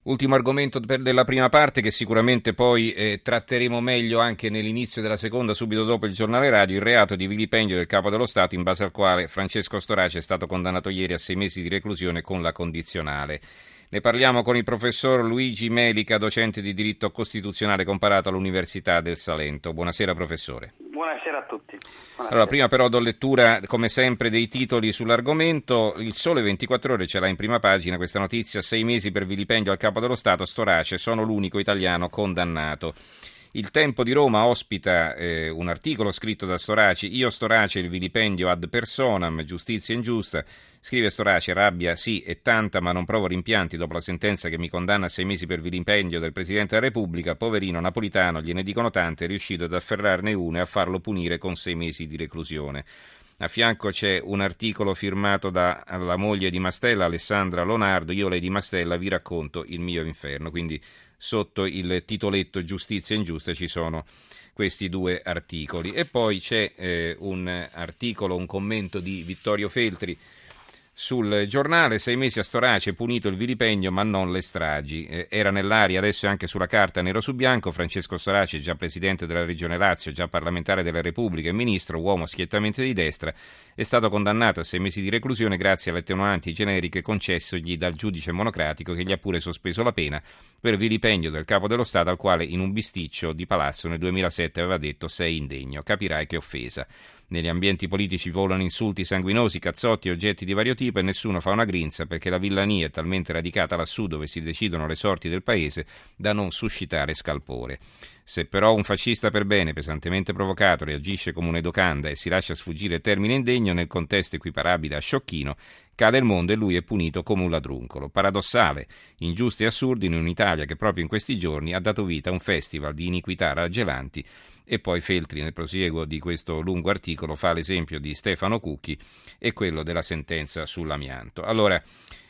Ultimo argomento della prima parte che sicuramente poi tratteremo meglio anche nell'inizio della seconda, subito dopo il giornale radio, il reato di vilipendio del Capo dello Stato in base al quale Francesco Storace è stato condannato ieri a 6 mesi di reclusione con la condizionale. Ne parliamo con il professor Luigi Melica, docente di diritto costituzionale comparato all'Università del Salento. Buonasera professore. Buonasera a tutti. Buonasera. Allora, prima però do lettura, come sempre, dei titoli sull'argomento. Il Sole 24 Ore ce l'ha in prima pagina questa notizia: 6 mesi per vilipendio al Capo dello Stato, Storace, sono l'unico italiano condannato. Il Tempo di Roma ospita un articolo scritto da Storace, io Storace il vilipendio ad personam, giustizia ingiusta. Scrive Storace, rabbia sì e tanta, ma non provo rimpianti dopo la sentenza che mi condanna a 6 mesi per vilipendio del Presidente della Repubblica. Poverino Napolitano, gliene dicono tante, è riuscito ad afferrarne uno e a farlo punire con 6 mesi di reclusione. A fianco c'è un articolo firmato dalla moglie di Mastella, Alessandra Lonardo, io Lady Mastella vi racconto il mio inferno, quindi sotto il titoletto Giustizia ingiusta ci sono questi due articoli. E poi c'è un articolo, un commento di Vittorio Feltri sul giornale: 6 mesi a Storace, punito il vilipendio ma non le stragi. Era nell'aria, adesso è anche sulla carta nero su bianco. Francesco Storace, già presidente della Regione Lazio, già parlamentare della Repubblica e ministro, uomo schiettamente di destra, è stato condannato a 6 mesi di reclusione grazie alle attenuanti generiche concessogli dal giudice monocratico, che gli ha pure sospeso la pena per vilipendio del Capo dello Stato, al quale in un bisticcio di palazzo nel 2007 aveva detto sei indegno. Capirai che offesa. Negli ambienti politici volano insulti sanguinosi, cazzotti e oggetti di vario tipo e nessuno fa una grinza, perché la villania è talmente radicata lassù dove si decidono le sorti del paese da non suscitare scalpore. Se però un fascista per bene, pesantemente provocato, reagisce come un'edocanda e si lascia sfuggire il termine indegno nel contesto equiparabile a sciocchino, cade il mondo e lui è punito come un ladruncolo. Paradossale, ingiusto e assurdo in un'Italia che proprio in questi giorni ha dato vita a un festival di iniquità raggelanti. E poi Feltri, nel prosieguo di questo lungo articolo, fa l'esempio di Stefano Cucchi e quello della sentenza sull'amianto. Allora,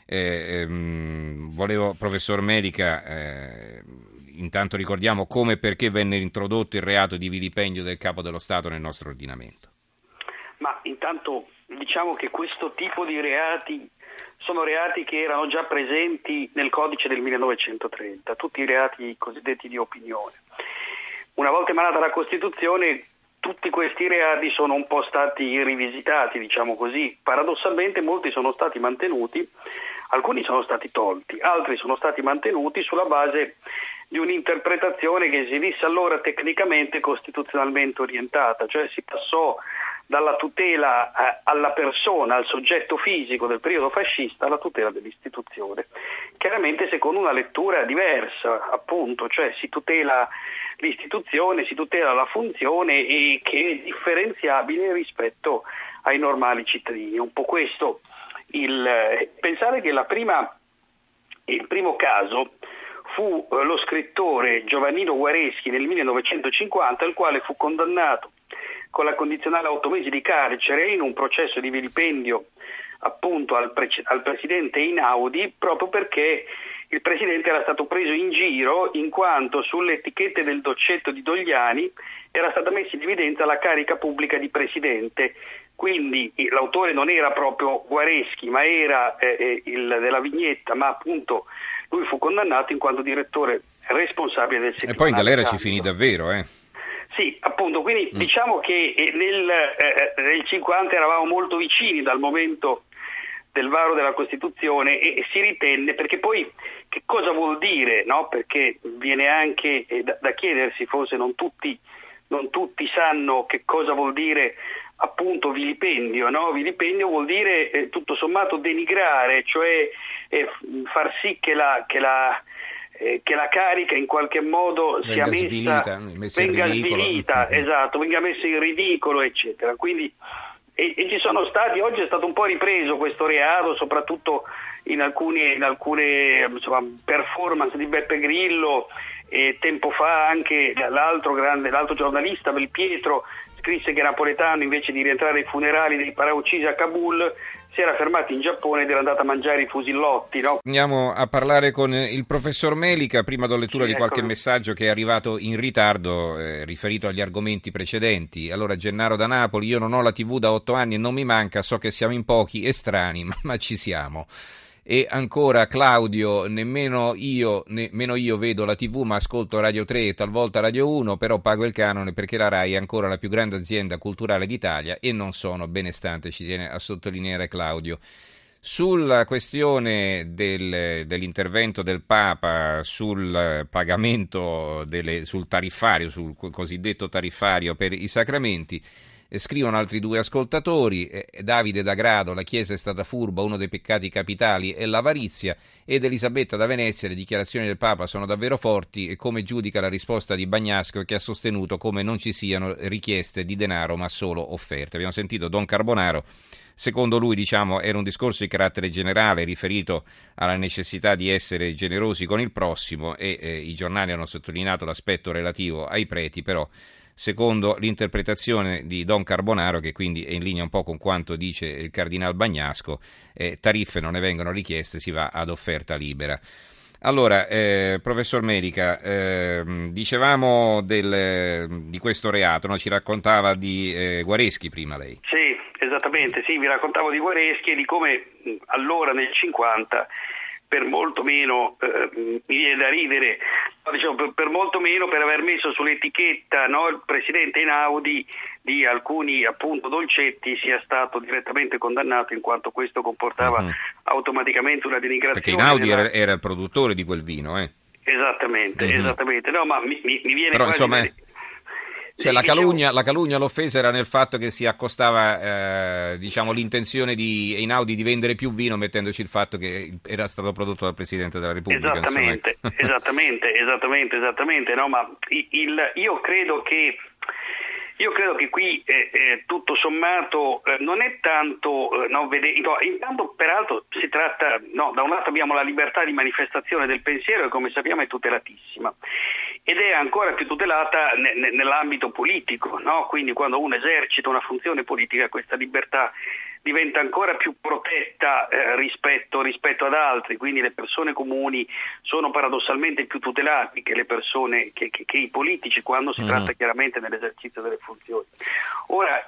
volevo, professor Melica, intanto ricordiamo come e perché venne introdotto il reato di vilipendio del Capo dello Stato nel nostro ordinamento. Ma intanto diciamo che questo tipo di reati sono reati che erano già presenti nel codice del 1930, tutti i reati cosiddetti di opinione. Una volta emanata la Costituzione, tutti questi reati sono un po' stati rivisitati, diciamo così. Paradossalmente molti sono stati mantenuti, alcuni sono stati tolti, altri sono stati mantenuti sulla base di un'interpretazione che si disse allora tecnicamente costituzionalmente orientata, cioè si passò dalla tutela alla persona, al soggetto fisico del periodo fascista, alla tutela dell'istituzione. Chiaramente secondo una lettura diversa, appunto, cioè si tutela l'istituzione, si tutela la funzione e che è differenziabile rispetto ai normali cittadini. Un po' questo pensare che il primo caso fu lo scrittore Giovannino Guareschi nel 1950, il quale fu condannato con la condizionale a 8 mesi di carcere in un processo di vilipendio appunto al presidente Einaudi, proprio perché il presidente era stato preso in giro in quanto sulle etichette del doccetto di Dogliani era stata messa in evidenza la carica pubblica di presidente. Quindi l'autore non era proprio Guareschi, ma era della vignetta, ma appunto lui fu condannato in quanto direttore responsabile del settimanale. E poi in galera ci finì davvero, Sì, appunto, quindi diciamo che nel 50 eravamo molto vicini dal momento del varo della Costituzione e si ritenne, perché poi che cosa vuol dire, no? Perché viene anche da chiedersi, forse non tutti sanno che cosa vuol dire appunto vilipendio, no? Vilipendio vuol dire tutto sommato denigrare, cioè far sì che la carica in qualche modo venga svilita, esatto, venga messa in ridicolo, eccetera. Quindi e ci sono stati, oggi è stato un po' ripreso questo reato, soprattutto in alcune performance di Beppe Grillo, e tempo fa anche l'altro giornalista Belpietro scrisse che Napoletano, invece di rientrare ai funerali dei parauccisi a Kabul, si era fermato in Giappone ed era andato a mangiare i fusillotti, no? Andiamo a parlare con il professor Melica. Prima do lettura di qualche messaggio che è arrivato in ritardo, riferito agli argomenti precedenti. Allora, Gennaro da Napoli: io non ho la TV da 8 anni e non mi manca, so che siamo in pochi e strani, ma ci siamo. E ancora Claudio, nemmeno io vedo la TV ma ascolto Radio 3 e talvolta Radio 1, però pago il canone perché la RAI è ancora la più grande azienda culturale d'Italia e non sono benestante, ci tiene a sottolineare Claudio. Sulla questione dell'intervento del Papa sul pagamento, sul tariffario, sul cosiddetto tariffario per i sacramenti, scrivono altri due ascoltatori, Davide da Grado, la Chiesa è stata furba, uno dei peccati capitali è l'avarizia, ed Elisabetta da Venezia, le dichiarazioni del Papa sono davvero forti, e come giudica la risposta di Bagnasco che ha sostenuto come non ci siano richieste di denaro ma solo offerte. Abbiamo sentito Don Carbonaro, secondo lui era un discorso di carattere generale riferito alla necessità di essere generosi con il prossimo e i giornali hanno sottolineato l'aspetto relativo ai preti, però secondo l'interpretazione di Don Carbonaro, che quindi è in linea un po' con quanto dice il Cardinal Bagnasco, tariffe non ne vengono richieste, si va ad offerta libera. Allora, professor Merica, dicevamo di questo reato, no? Ci raccontava di Guareschi prima lei. Sì, esattamente, sì, vi raccontavo di Guareschi e di come allora nel 50 per molto meno, mi viene da ridere, per molto meno per aver messo sull'etichetta, no, il presidente Einaudi di alcuni appunto dolcetti sia stato direttamente condannato in quanto questo comportava automaticamente una denigrazione. Perché Einaudi era il produttore di quel vino, Esattamente, esattamente. No, ma mi viene però, quasi... insomma, cioè, la calunnia, l'offesa era nel fatto che si accostava l'intenzione di Einaudi di vendere più vino mettendoci il fatto che era stato prodotto dal Presidente della Repubblica. Esattamente. No, ma io credo che qui tutto sommato non è tanto intanto peraltro si tratta, da un lato abbiamo la libertà di manifestazione del pensiero che come sappiamo è tutelatissima ed è ancora più tutelata nell'ambito politico, no? Quindi quando uno esercita una funzione politica questa libertà diventa ancora più protetta rispetto ad altri, quindi le persone comuni sono paradossalmente più tutelate che le persone che i politici quando si tratta chiaramente dell'esercizio delle funzioni. Ora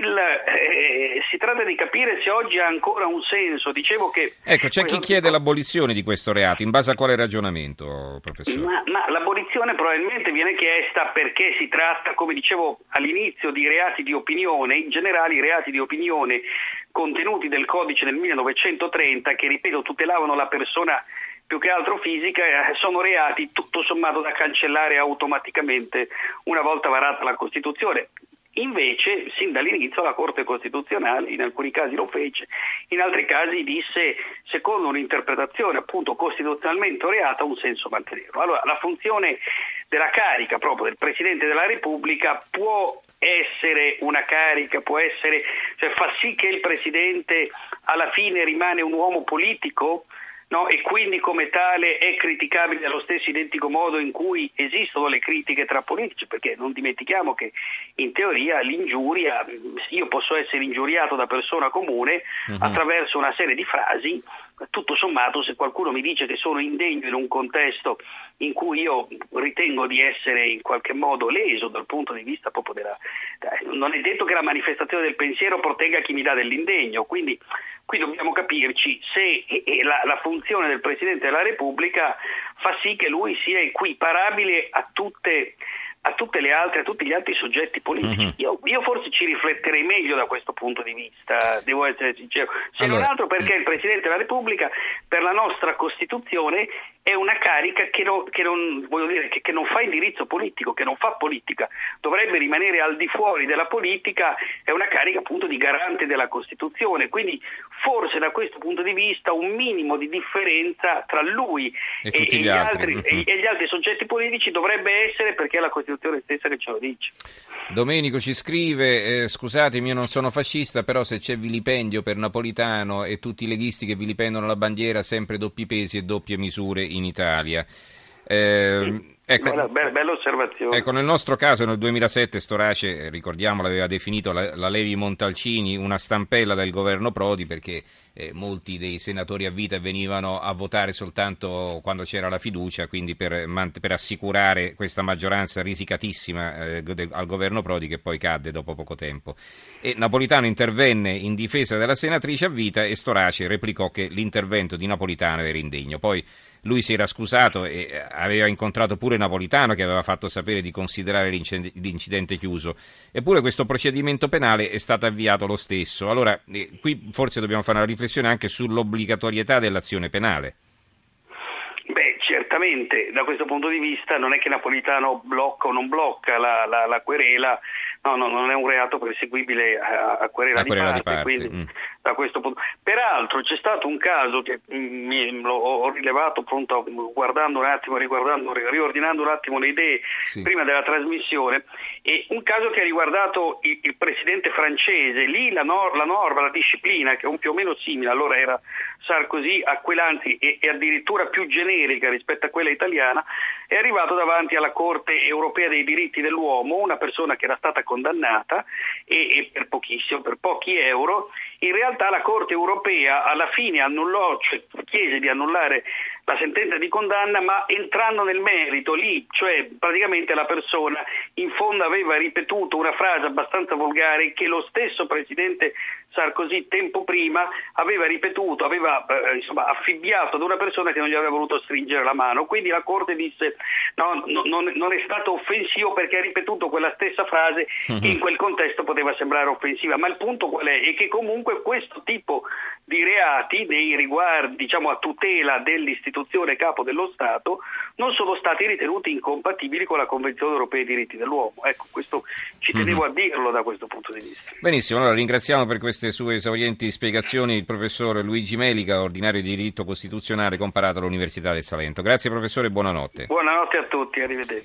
si tratta di capire se oggi ha ancora un senso. Dicevo che c'è chi chiede l'abolizione di questo reato, in base a quale ragionamento, professore? Ma l'abolizione probabilmente viene chiesta perché si tratta, come dicevo all'inizio, di reati di opinione, in generale i reati di opinione contenuti del codice del 1930 che, ripeto, tutelavano la persona più che altro fisica, sono reati tutto sommato da cancellare automaticamente una volta varata la Costituzione. Invece, sin dall'inizio, la Corte Costituzionale in alcuni casi lo fece, in altri casi disse, secondo un'interpretazione appunto costituzionalmente reata, un senso mantenerlo. Allora, la funzione della carica proprio del Presidente della Repubblica può essere una carica, cioè fa sì che il Presidente alla fine rimane un uomo politico, no? E quindi come tale è criticabile allo stesso identico modo in cui esistono le critiche tra politici, perché non dimentichiamo che in teoria l'ingiuria, io posso essere ingiuriato da persona comune attraverso una serie di frasi, tutto sommato se qualcuno mi dice che sono indegno in un contesto in cui io ritengo di essere in qualche modo leso dal punto di vista proprio non è detto che la manifestazione del pensiero protegga chi mi dà dell'indegno, quindi qui dobbiamo capirci se la funzione del Presidente della Repubblica fa sì che lui sia equiparabile a tutti gli altri soggetti politici. Io forse ci rifletterei meglio da questo punto di vista, devo essere sincero, se non altro perché il Presidente della Repubblica per la nostra Costituzione è una carica che non fa indirizzo politico, che non fa politica, dovrebbe rimanere al di fuori della politica, è una carica appunto di garante della Costituzione, quindi forse da questo punto di vista un minimo di differenza tra lui e gli altri soggetti politici dovrebbe essere, perché è la Costituzione stessa che ce lo dice. Domenico ci scrive, scusatemi, io non sono fascista, però se c'è vilipendio per Napolitano e tutti i leghisti che vilipendono la bandiera, sempre doppi pesi e doppie misure in Italia. Ecco, bella osservazione. Ecco, nel nostro caso nel 2007 Storace, ricordiamo, l'aveva definito la Levi Montalcini una stampella del governo Prodi, perché molti dei senatori a vita venivano a votare soltanto quando c'era la fiducia, quindi per assicurare questa maggioranza risicatissima al governo Prodi, che poi cadde dopo poco tempo. E Napolitano intervenne in difesa della senatrice a vita e Storace replicò che l'intervento di Napolitano era indegno. Poi lui si era scusato e aveva incontrato pure Napolitano, che aveva fatto sapere di considerare l'incidente chiuso. Eppure questo procedimento penale è stato avviato lo stesso. Allora, qui forse dobbiamo fare una riflessione anche sull'obbligatorietà dell'azione penale. Beh, certamente da questo punto di vista non è che Napolitano blocca o non blocca la querela, no, non è un reato perseguibile a querela di parte. Quindi da questo punto. Peraltro c'è stato un caso che ho rilevato appunto guardando un attimo, riordinando un attimo le idee prima della trasmissione, e un caso che ha riguardato il presidente francese. Lì la norma, la disciplina, che è un più o meno simile, allora era Sarkozy, a quella anzi è addirittura più generica rispetto a quella italiana, è arrivato davanti alla Corte Europea dei diritti dell'uomo una persona che era stata condannata e per pochissimo, per pochi euro. In realtà la Corte Europea alla fine annullò, cioè chiese di annullare la sentenza di condanna, ma entrando nel merito lì, cioè praticamente la persona in fondo aveva ripetuto una frase abbastanza volgare che lo stesso presidente Sarkozy tempo prima aveva ripetuto, affibbiato ad una persona che non gli aveva voluto stringere la mano. Quindi la Corte disse non è stato offensivo perché ha ripetuto quella stessa frase che in quel contesto poteva sembrare offensiva. Ma il punto qual è? È che comunque questo tipo di reati nei riguardi, diciamo, a tutela dell'istituzione capo dello Stato non sono stati ritenuti incompatibili con la Convenzione Europea dei diritti dell'uomo. Ecco, questo ci tenevo a dirlo da questo punto di vista. Benissimo, allora ringraziamo per queste sue esaurienti spiegazioni il professor Luigi Melica, ordinario di diritto costituzionale comparato all'Università del Salento. Grazie professore e buonanotte. Buonanotte a tutti, arrivederci.